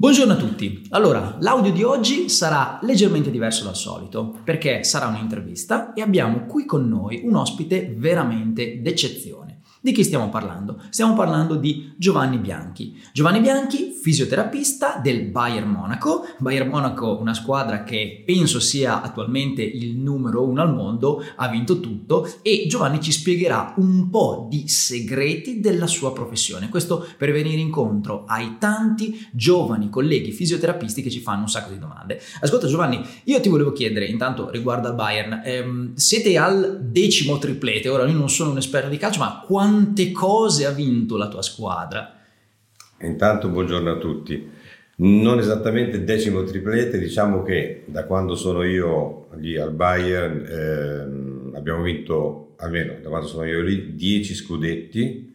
Buongiorno a tutti. Allora, l'audio di oggi sarà leggermente diverso dal solito perché sarà un'intervista e abbiamo qui con noi un ospite veramente d'eccezione. Di chi stiamo parlando? Stiamo parlando di Giovanni Bianchi. Giovanni Bianchi, fisioterapista del Bayern Monaco. Bayern Monaco, una squadra che penso sia attualmente il numero 1 al mondo, ha vinto tutto e Giovanni ci spiegherà un po' di segreti della sua professione. Questo per venire incontro ai tanti giovani colleghi fisioterapisti che ci fanno un sacco di domande. Ascolta Giovanni, io ti volevo chiedere intanto riguardo al Bayern, siete al 10° triplete, ora io non sono un esperto di calcio, ma quante cose ha vinto la tua squadra? Intanto buongiorno a tutti, non esattamente il 10° triplete, diciamo che da quando sono io lì al Bayern abbiamo vinto, almeno da quando sono io lì, 10 scudetti,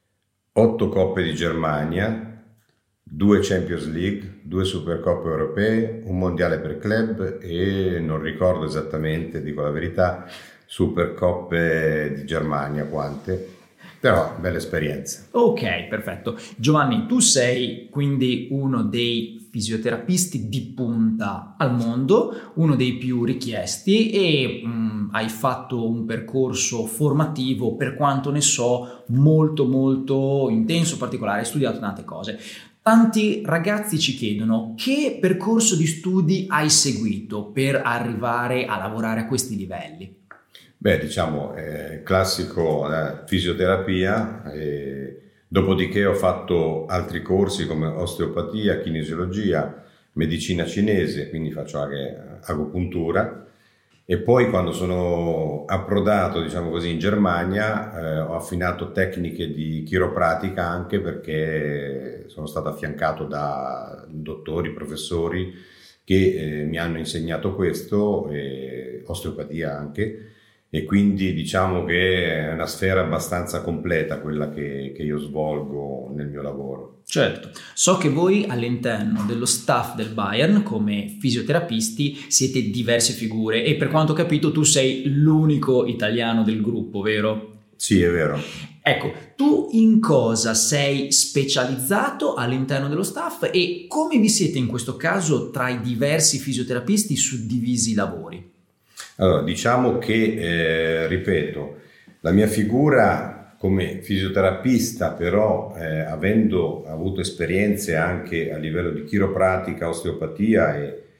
8 Coppe di Germania, 2 Champions League, 2 Supercoppe europee, un mondiale per club e non ricordo esattamente, dico la verità, Supercoppe di Germania quante, però bella esperienza. Ok, perfetto. Giovanni, tu sei quindi uno dei fisioterapisti di punta al mondo, uno dei più richiesti e hai fatto un percorso formativo, per quanto ne so, molto intenso, particolare, hai studiato tante cose. Tanti ragazzi ci chiedono che percorso di studi hai seguito per arrivare a lavorare a questi livelli? Beh, diciamo, classico fisioterapia, dopodiché ho fatto altri corsi come osteopatia, kinesiologia, medicina cinese, quindi faccio anche agopuntura. E poi quando sono approdato, diciamo così, in Germania, ho affinato tecniche di chiropratica anche perché sono stato affiancato da dottori, professori che mi hanno insegnato questo, osteopatia anche, e quindi diciamo che è una sfera abbastanza completa quella che io svolgo nel mio lavoro. Certo, so che voi all'interno dello staff del Bayern come fisioterapisti siete diverse figure e per quanto ho capito tu sei l'unico italiano del gruppo, vero? Sì, è vero. Ecco, tu in cosa sei specializzato all'interno dello staff e come vi siete in questo caso tra i diversi fisioterapisti suddivisi i lavori? Allora, diciamo che, ripeto, la mia figura come fisioterapista, però avendo avuto esperienze anche a livello di chiropratica, osteopatia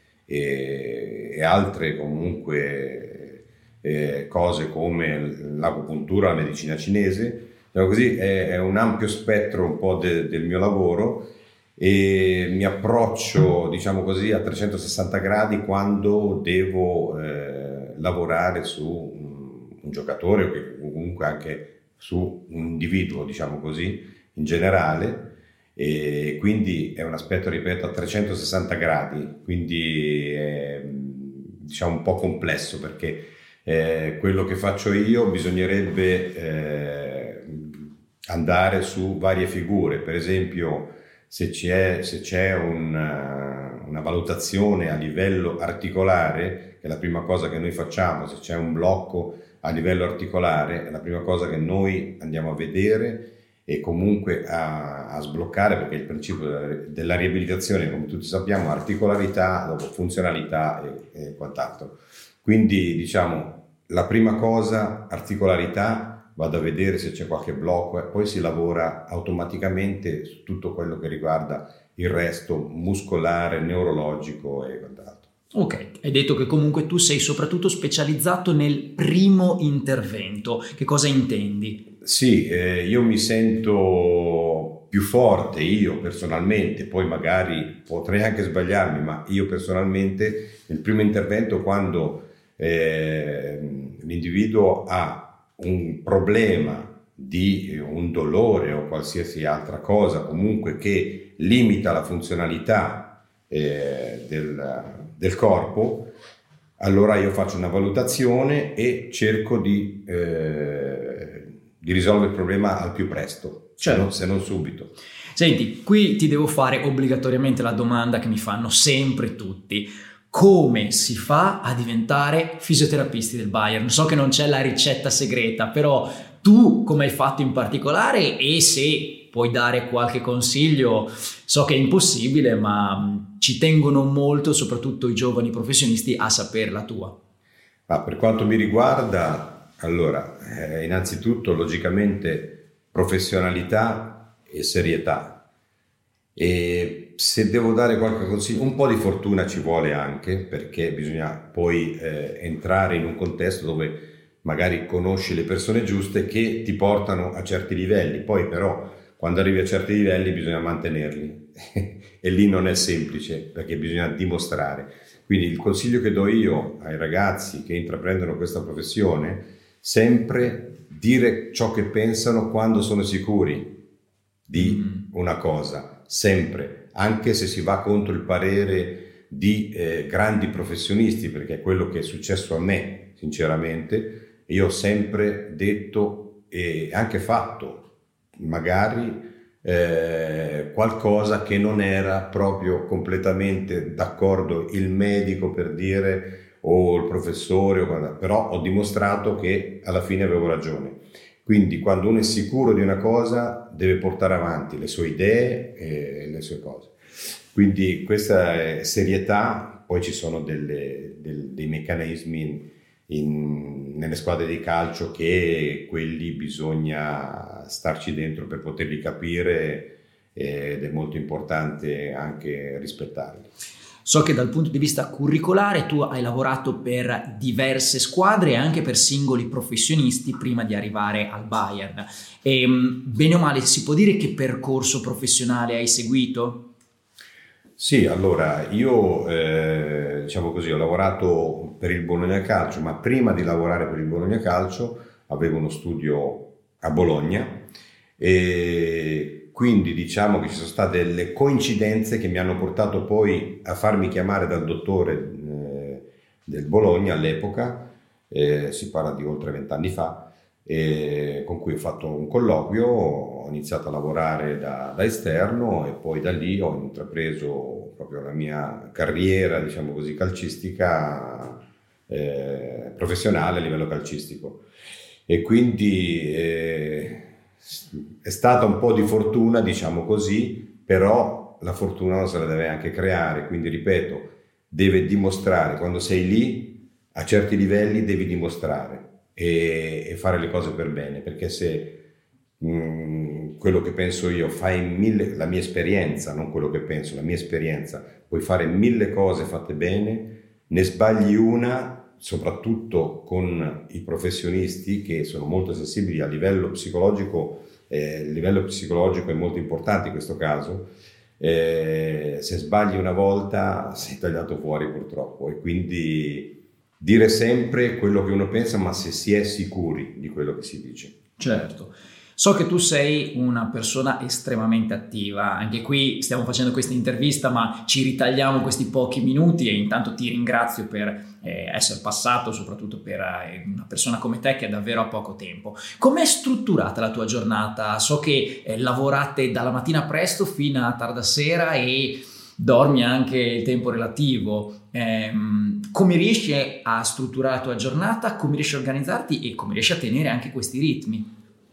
e altre comunque cose come l'agopuntura, la medicina cinese, diciamo così, è un ampio spettro un po' del mio lavoro e mi approccio, diciamo così, a 360 gradi quando devo lavorare su un giocatore o che comunque anche su un individuo, diciamo così, in generale, e quindi è un aspetto, ripeto, a 360 gradi, quindi è, diciamo, un po' complesso perché quello che faccio io bisognerebbe andare su varie figure, per esempio se c'è una valutazione a livello articolare, che è la prima cosa che noi facciamo, se c'è un blocco a livello articolare, è la prima cosa che noi andiamo a vedere e comunque a sbloccare, perché il principio della riabilitazione, come tutti sappiamo, articolarità, dopo funzionalità e quant'altro. Quindi diciamo, la prima cosa, articolarità, vado a vedere se c'è qualche blocco e poi si lavora automaticamente su tutto quello che riguarda il resto muscolare, neurologico e quant'altro. Ok, hai detto che comunque tu sei soprattutto specializzato nel primo intervento. Che cosa intendi? Sì, io mi sento più forte, io personalmente, poi magari potrei anche sbagliarmi, ma io personalmente nel primo intervento quando l'individuo ha un problema di un dolore o qualsiasi altra cosa comunque che limita la funzionalità del corpo, allora io faccio una valutazione e cerco di risolvere il problema al più presto, certo. se non subito. Senti, qui ti devo fare obbligatoriamente la domanda che mi fanno sempre tutti. Come si fa a diventare fisioterapisti del Bayern? So che non c'è la ricetta segreta, però tu come hai fatto in particolare, e se puoi dare qualche consiglio. So che è impossibile, ma ci tengono molto, soprattutto i giovani professionisti, a sapere la tua. Ma per quanto mi riguarda, allora, innanzitutto logicamente professionalità e serietà. E se devo dare qualche consiglio, un po' di fortuna ci vuole anche, perché bisogna poi entrare in un contesto dove magari conosci le persone giuste che ti portano a certi livelli. Poi però quando arrivi a certi livelli bisogna mantenerli e lì non è semplice, perché bisogna dimostrare. Quindi il consiglio che do io ai ragazzi che intraprendono questa professione: sempre dire ciò che pensano quando sono sicuri di una cosa, sempre, anche se si va contro il parere di grandi professionisti, perché è quello che è successo a me, sinceramente. Io ho sempre detto e anche fatto magari qualcosa che non era proprio completamente d'accordo il medico, per dire, o il professore, però ho dimostrato che alla fine avevo ragione. Quindi quando uno è sicuro di una cosa deve portare avanti le sue idee e le sue cose. Quindi questa è serietà. Poi ci sono dei meccanismi nelle squadre di calcio che quelli bisogna starci dentro per poterli capire, ed è molto importante anche rispettarli. So che dal punto di vista curricolare tu hai lavorato per diverse squadre e anche per singoli professionisti prima di arrivare al Bayern. E, bene o male, si può dire che percorso professionale hai seguito? Sì, allora io diciamo così, ho lavorato per il Bologna Calcio, ma prima di lavorare per il Bologna Calcio avevo uno studio a Bologna, e quindi diciamo che ci sono state delle coincidenze che mi hanno portato poi a farmi chiamare dal dottore del Bologna all'epoca, si parla di oltre 20 anni fa, con cui ho fatto un colloquio, ho iniziato a lavorare da esterno e poi da lì ho intrapreso proprio la mia carriera, diciamo così, calcistica, professionale a livello calcistico. E quindi è stata un po' di fortuna, diciamo così, però la fortuna se la deve anche creare, quindi ripeto, deve dimostrare. Quando sei lì a certi livelli devi dimostrare e fare le cose per bene, perché se quello che penso io, la mia esperienza, non quello che penso, la mia esperienza, puoi fare 1000 cose fatte bene, ne sbagli una, soprattutto con i professionisti che sono molto sensibili a livello psicologico. Il livello psicologico è molto importante in questo caso. Se sbagli una volta sei tagliato fuori, purtroppo, e quindi dire sempre quello che uno pensa, ma se si è sicuri di quello che si dice. Certo. So che tu sei una persona estremamente attiva, anche qui stiamo facendo questa intervista ma ci ritagliamo questi pochi minuti, e intanto ti ringrazio per essere passato, soprattutto per una persona come te che ha davvero poco tempo. Com'è strutturata la tua giornata? So che lavorate dalla mattina presto fino a tarda sera e dormi anche il tempo relativo. Come riesci a strutturare la tua giornata? Come riesci a organizzarti e come riesci a tenere anche questi ritmi?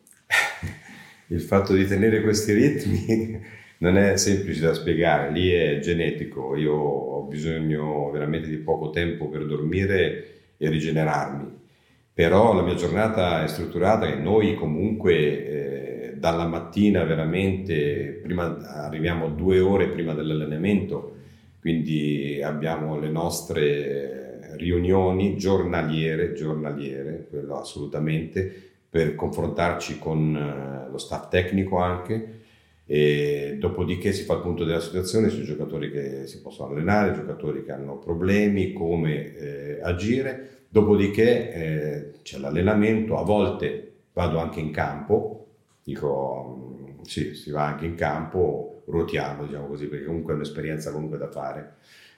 Il fatto di tenere questi ritmi non è semplice da spiegare, lì è genetico. Io ho bisogno veramente di poco tempo per dormire e rigenerarmi, però la mia giornata è strutturata e noi comunque dalla mattina veramente, prima arriviamo 2 ore prima dell'allenamento, quindi abbiamo le nostre riunioni giornaliere, quello assolutamente, per confrontarci con lo staff tecnico anche, e dopodiché si fa il punto della situazione sui giocatori che si possono allenare, giocatori che hanno problemi, come agire. Dopodiché c'è l'allenamento, a volte vado anche in campo, sì, si va anche in campo, ruotiamo, diciamo così, perché comunque è un'esperienza comunque da fare.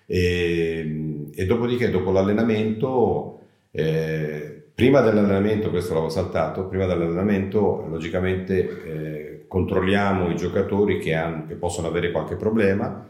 E dopodiché, dopo l'allenamento, prima dell'allenamento, questo l'avevo saltato, prima dell'allenamento logicamente controlliamo i giocatori che possono avere qualche problema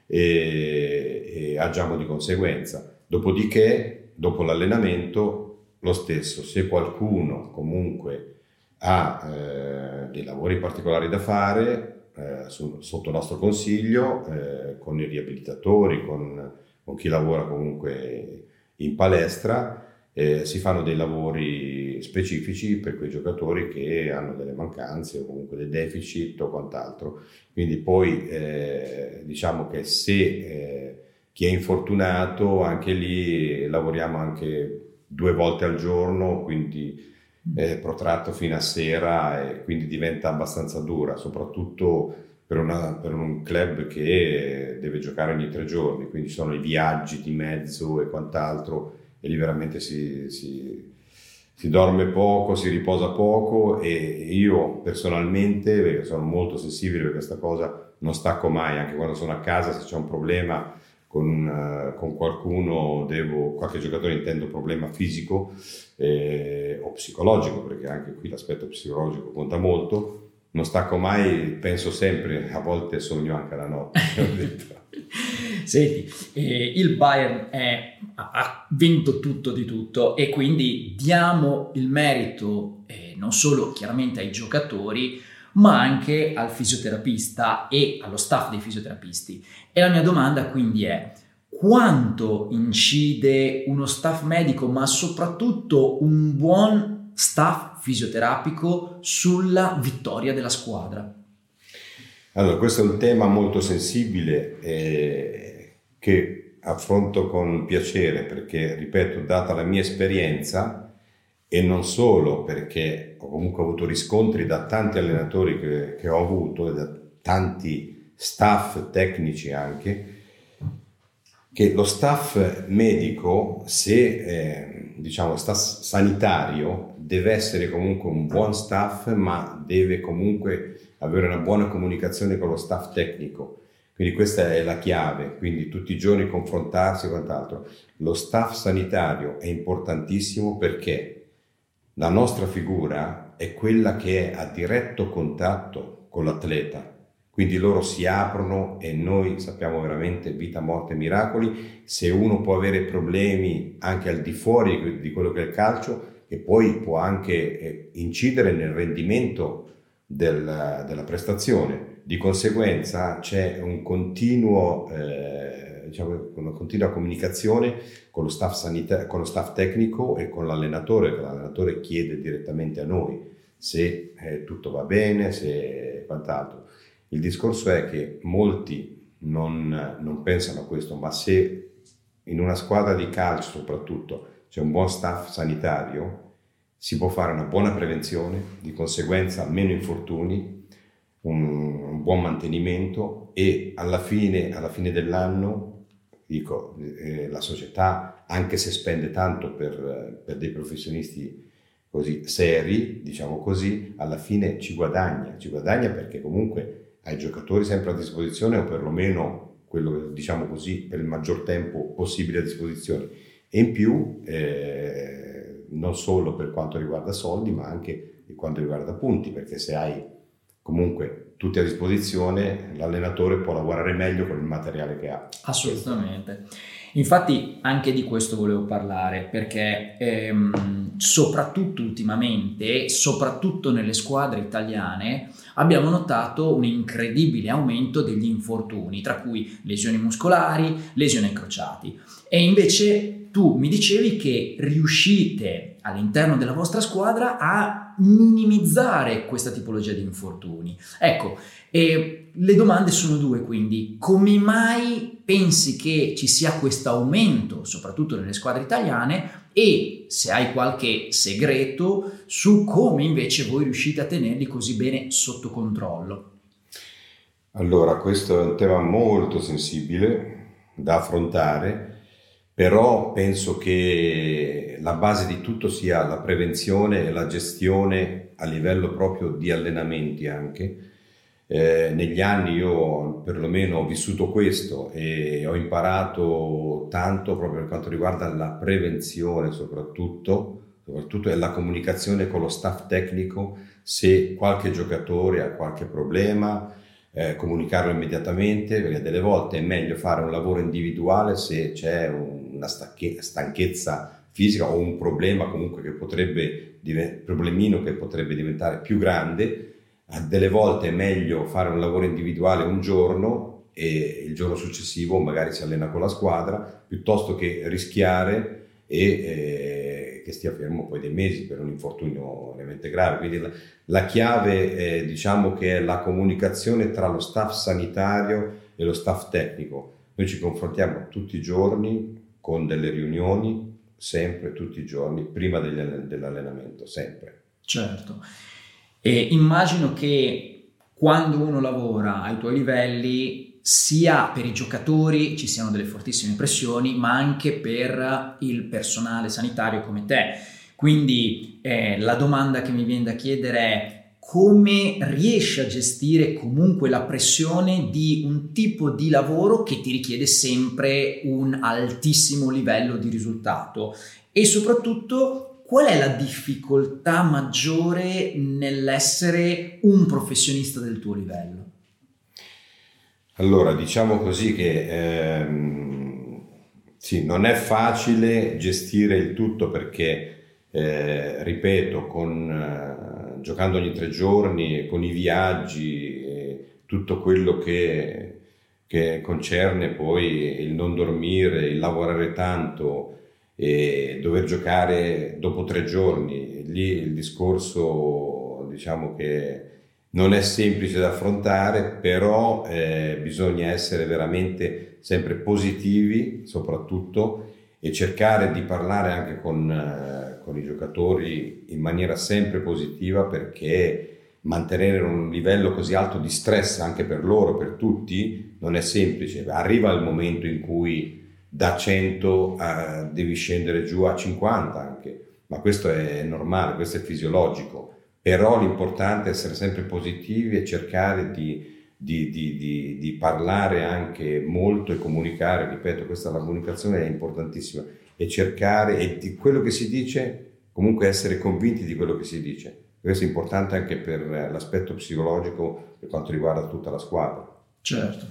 e agiamo di conseguenza. Dopodiché, dopo l'allenamento, lo stesso, se qualcuno comunque ha dei lavori particolari da fare sotto il nostro consiglio, con i riabilitatori, con chi lavora comunque in palestra. Si fanno dei lavori specifici per quei giocatori che hanno delle mancanze o comunque dei deficit o quant'altro. Quindi poi diciamo che se chi è infortunato, anche lì lavoriamo anche 2 volte al giorno, quindi protratto fino a sera, e quindi diventa abbastanza dura, soprattutto per un club che deve giocare ogni 3 giorni, quindi ci sono i viaggi di mezzo e quant'altro, e lì veramente si dorme poco, si riposa poco, e io personalmente, perché sono molto sensibile per questa cosa, non stacco mai, anche quando sono a casa. Se c'è un problema con qualcuno, qualche giocatore, intendo problema fisico o psicologico, perché anche qui l'aspetto psicologico conta molto, non stacco mai, penso sempre, a volte sogno anche la notte. Senti, il Bayern ha vinto tutto di tutto, e quindi diamo il merito non solo chiaramente ai giocatori, ma anche al fisioterapista e allo staff dei fisioterapisti. E la mia domanda quindi è: quanto incide uno staff medico, ma soprattutto un buon staff fisioterapico, sulla vittoria della squadra? Allora, questo è un tema molto sensibile che affronto con piacere, perché, ripeto, data la mia esperienza, e non solo perché ho comunque avuto riscontri da tanti allenatori che ho avuto, e da tanti staff tecnici anche, che lo staff medico, se diciamo staff sanitario, deve essere comunque un buon staff, ma deve comunque avere una buona comunicazione con lo staff tecnico. Quindi questa è la chiave, quindi tutti i giorni confrontarsi e quant'altro. Lo staff sanitario è importantissimo, perché la nostra figura è quella che è a diretto contatto con l'atleta. Quindi loro si aprono e noi sappiamo veramente vita, morte e miracoli. Se uno può avere problemi anche al di fuori di quello che è il calcio, e poi può anche incidere nel rendimento della prestazione. Di conseguenza c'è una continua comunicazione con lo staff sanitario, con lo staff tecnico e con l'allenatore, che l'allenatore chiede direttamente a noi se tutto va bene, se quant'altro. Il discorso è che molti non pensano a questo, ma se in una squadra di calcio soprattutto c'è un buon staff sanitario, si può fare una buona prevenzione, di conseguenza meno infortuni, un buon mantenimento, e alla fine dell'anno, dico, la società, anche se spende tanto per dei professionisti così seri, diciamo così, alla fine ci guadagna perché comunque ha i giocatori sempre a disposizione, o perlomeno quello, diciamo così, per il maggior tempo possibile a disposizione, e in più non solo per quanto riguarda soldi, ma anche per quanto riguarda punti, perché se hai comunque tutti a disposizione, l'allenatore può lavorare meglio con il materiale che ha. Assolutamente. Infatti anche di questo volevo parlare, perché soprattutto ultimamente, soprattutto nelle squadre italiane, abbiamo notato un incredibile aumento degli infortuni, tra cui lesioni muscolari, lesioni ai crociati. E invece tu mi dicevi che riuscite all'interno della vostra squadra a minimizzare questa tipologia di infortuni. Ecco, le domande sono 2, quindi: come mai pensi che ci sia questo aumento, soprattutto nelle squadre italiane, e se hai qualche segreto su come invece voi riuscite a tenerli così bene sotto controllo? Allora, questo è un tema molto sensibile da affrontare, però penso che la base di tutto sia la prevenzione e la gestione a livello proprio di allenamenti anche. Negli anni io perlomeno ho vissuto questo e ho imparato tanto proprio per quanto riguarda la prevenzione, soprattutto è la comunicazione con lo staff tecnico. Se qualche giocatore ha qualche problema, comunicarlo immediatamente, perché delle volte è meglio fare un lavoro individuale se c'è una stanchezza fisica o un problema comunque che potrebbe problemino che potrebbe diventare più grande. A delle volte è meglio fare un lavoro individuale un giorno e il giorno successivo magari si allena con la squadra, piuttosto che rischiare e che stia fermo poi dei mesi per un infortunio veramente grave. Quindi la chiave diciamo che è la comunicazione tra lo staff sanitario e lo staff tecnico. Noi ci confrontiamo tutti i giorni con delle riunioni, sempre, tutti i giorni, prima dell'allenamento, sempre. Certo. E immagino che quando uno lavora ai tuoi livelli, sia per i giocatori ci siano delle fortissime pressioni, ma anche per il personale sanitario come te. Quindi la domanda che mi viene da chiedere è: come riesci a gestire comunque la pressione di un tipo di lavoro che ti richiede sempre un altissimo livello di risultato? E soprattutto, qual è la difficoltà maggiore nell'essere un professionista del tuo livello? Allora, diciamo così che sì, non è facile gestire il tutto perché, ripeto, giocando ogni 3 giorni, con i viaggi, tutto quello che concerne poi il non dormire, il lavorare tanto e dover giocare dopo 3 giorni, lì il discorso diciamo che non è semplice da affrontare, però bisogna essere veramente sempre positivi soprattutto e cercare di parlare anche con i giocatori in maniera sempre positiva, perché mantenere un livello così alto di stress anche per loro, per tutti, non è semplice. Arriva il momento in cui da 100 devi scendere giù a 50 anche, ma questo è normale, questo è fisiologico. Però l'importante è essere sempre positivi e cercare di parlare anche molto e comunicare, ripeto, la comunicazione è importantissima, e cercare e di quello che si dice comunque essere convinti di quello che si dice. Questo è importante anche per l'aspetto psicologico per quanto riguarda tutta la squadra. Certo.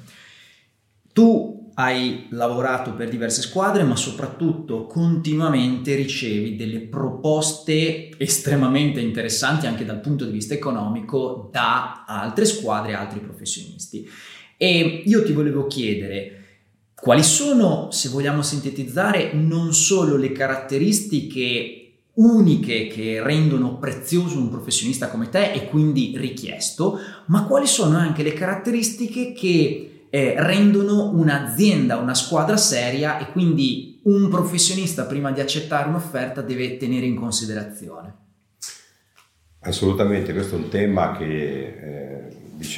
Tu hai lavorato per diverse squadre, ma soprattutto continuamente ricevi delle proposte estremamente interessanti anche dal punto di vista economico da altre squadre, altri professionisti. E io ti volevo chiedere quali sono, se vogliamo sintetizzare, non solo le caratteristiche uniche che rendono prezioso un professionista come te e quindi richiesto, ma quali sono anche le caratteristiche che rendono un'azienda, una squadra seria, e quindi un professionista prima di accettare un'offerta deve tenere in considerazione. Assolutamente, questo è un tema che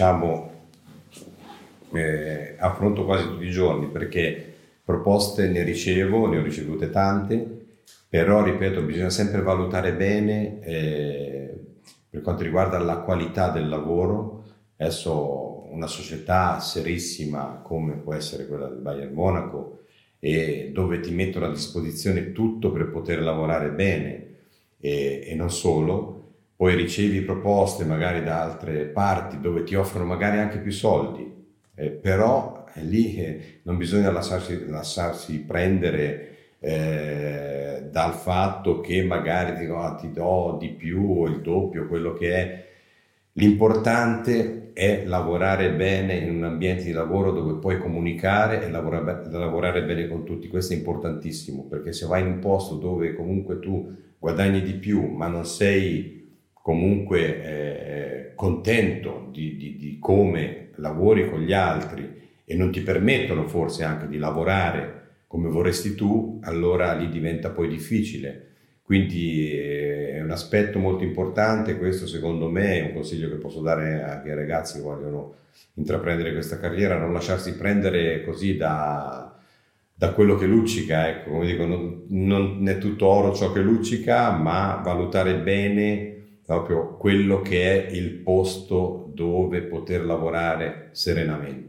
affronto quasi tutti i giorni, perché proposte ne ho ricevute tante, però ripeto, bisogna sempre valutare bene per quanto riguarda la qualità del lavoro. Adesso una società serissima come può essere quella del Bayern Monaco, e dove ti mettono a disposizione tutto per poter lavorare bene e non solo, poi ricevi proposte magari da altre parti dove ti offrono magari anche più soldi, però lì non bisogna lasciarsi prendere dal fatto che magari ti do di più o il doppio, quello che è. L'importante è lavorare bene in un ambiente di lavoro dove puoi comunicare e lavorare bene con tutti. Questo è importantissimo, perché se vai in un posto dove comunque tu guadagni di più ma non sei comunque contento di come lavori con gli altri e non ti permettono forse anche di lavorare come vorresti tu, allora lì diventa poi difficile. Quindi è un aspetto molto importante, questo secondo me è un consiglio che posso dare anche ai ragazzi che vogliono intraprendere questa carriera: non lasciarsi prendere così da quello che luccica, ecco, come dico, non è tutto oro ciò che luccica, ma valutare bene proprio quello che è il posto dove poter lavorare serenamente.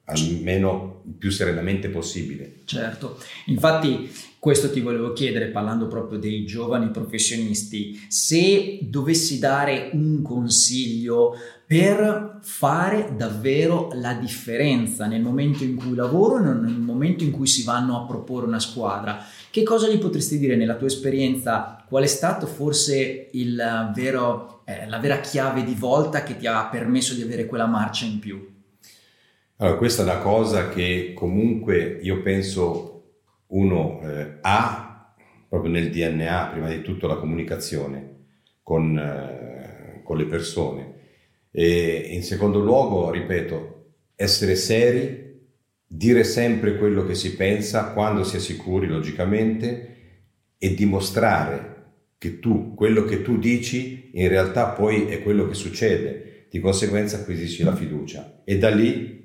almeno il più serenamente possibile. Certo, infatti questo ti volevo chiedere, parlando proprio dei giovani professionisti, se dovessi dare un consiglio per fare davvero la differenza nel momento in cui lavorano, nel momento in cui si vanno a proporre una squadra, che cosa gli potresti dire nella tua esperienza? Qual è stato forse la vera chiave di volta che ti ha permesso di avere quella marcia in più? Allora, questa è una cosa che comunque io penso uno ha proprio nel DNA, prima di tutto la comunicazione con le persone. E in secondo luogo, ripeto, essere seri, dire sempre quello che si pensa, quando si è sicuri logicamente, e dimostrare che quello che tu dici in realtà poi è quello che succede. Di conseguenza acquisisci la fiducia e da lì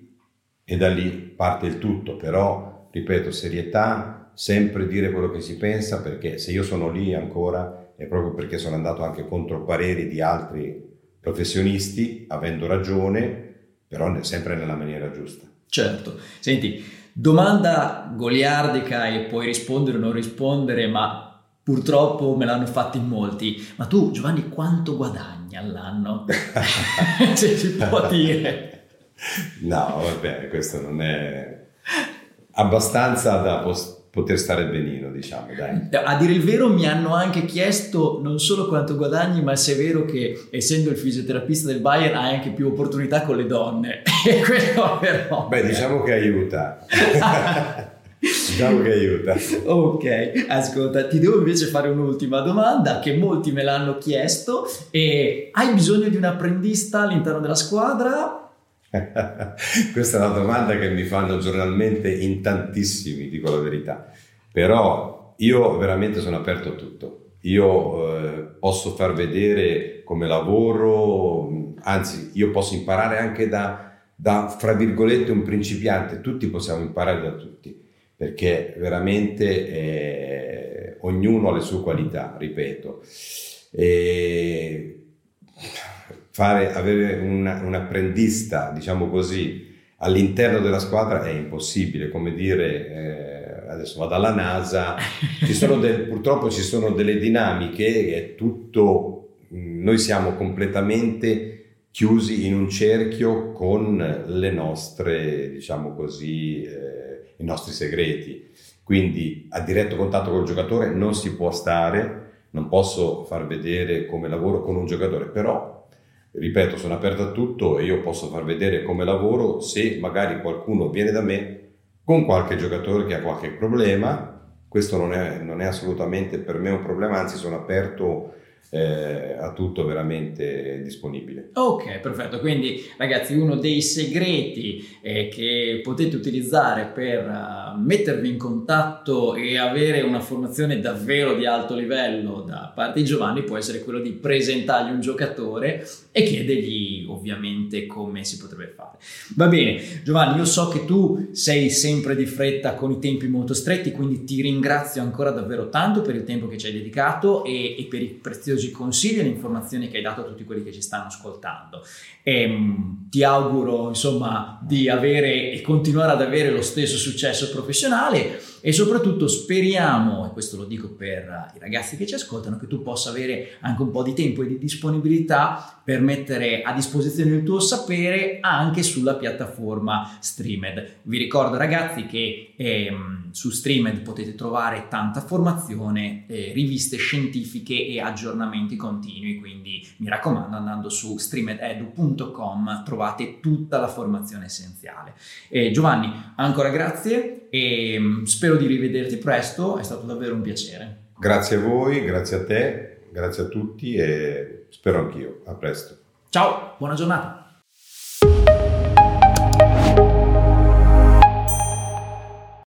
parte il tutto. Però, ripeto, serietà, sempre dire quello che si pensa, perché se io sono lì ancora è proprio perché sono andato anche contro pareri di altri professionisti, avendo ragione, però sempre nella maniera giusta. Certo. Senti, domanda goliardica e puoi rispondere o non rispondere, ma purtroppo me l'hanno fatto in molti. Ma tu, Giovanni, quanto guadagni all'anno? Se si può dire. No, vabbè, questo non è abbastanza da poter stare benino, diciamo, dai. A dire il vero mi hanno anche chiesto non solo quanto guadagni, ma se è vero che essendo il fisioterapista del Bayern hai anche più opportunità con le donne. E quello però... Beh, diciamo che aiuta. Diciamo che aiuta. Ok, ascolta, ti devo invece fare un'ultima domanda che molti me l'hanno chiesto. Hai bisogno di un apprendista all'interno della squadra? Questa è una domanda che mi fanno giornalmente in tantissimi, dico la verità, però io veramente sono aperto a tutto. Io posso far vedere come lavoro, anzi io posso imparare anche da fra virgolette un principiante. Tutti possiamo imparare da tutti, perché veramente ognuno ha le sue qualità, ripeto. Avere un apprendista, diciamo così, all'interno della squadra è impossibile. Come dire, adesso vado alla NASA, purtroppo ci sono delle dinamiche, è tutto, noi siamo completamente chiusi in un cerchio con le nostre, diciamo così, i nostri segreti. Quindi a diretto contatto col giocatore non si può stare, non posso far vedere come lavoro con un giocatore, però ripeto, sono aperto a tutto e io posso far vedere come lavoro se magari qualcuno viene da me con qualche giocatore che ha qualche problema. Questo non è assolutamente per me un problema, anzi sono aperto a tutto, veramente disponibile. Ok, perfetto. Quindi ragazzi, uno dei segreti che potete utilizzare per mettervi in contatto e avere una formazione davvero di alto livello da parte di Giovanni può essere quello di presentargli un giocatore e chiedergli ovviamente come si potrebbe fare. Va bene, Giovanni, io so che tu sei sempre di fretta con i tempi molto stretti, quindi ti ringrazio ancora davvero tanto per il tempo che ci hai dedicato e per i preziosi consigli e le informazioni che hai dato a tutti quelli che ci stanno ascoltando. Ti auguro insomma di avere e continuare ad avere lo stesso successo professionale e soprattutto speriamo, e questo lo dico per i ragazzi che ci ascoltano, che tu possa avere anche un po' di tempo e di disponibilità per mettere a disposizione il tuo sapere anche sulla piattaforma Streamed. Vi ricordo ragazzi che su Streamed potete trovare tanta formazione, riviste scientifiche e aggiornamenti continui, quindi mi raccomando, andando su streamededu.com trovate tutta la formazione essenziale. Giovanni, ancora grazie e spero di rivederti presto, è stato davvero un piacere. Grazie a voi, grazie a te, grazie a tutti e spero anch'io. A presto. Ciao, buona giornata.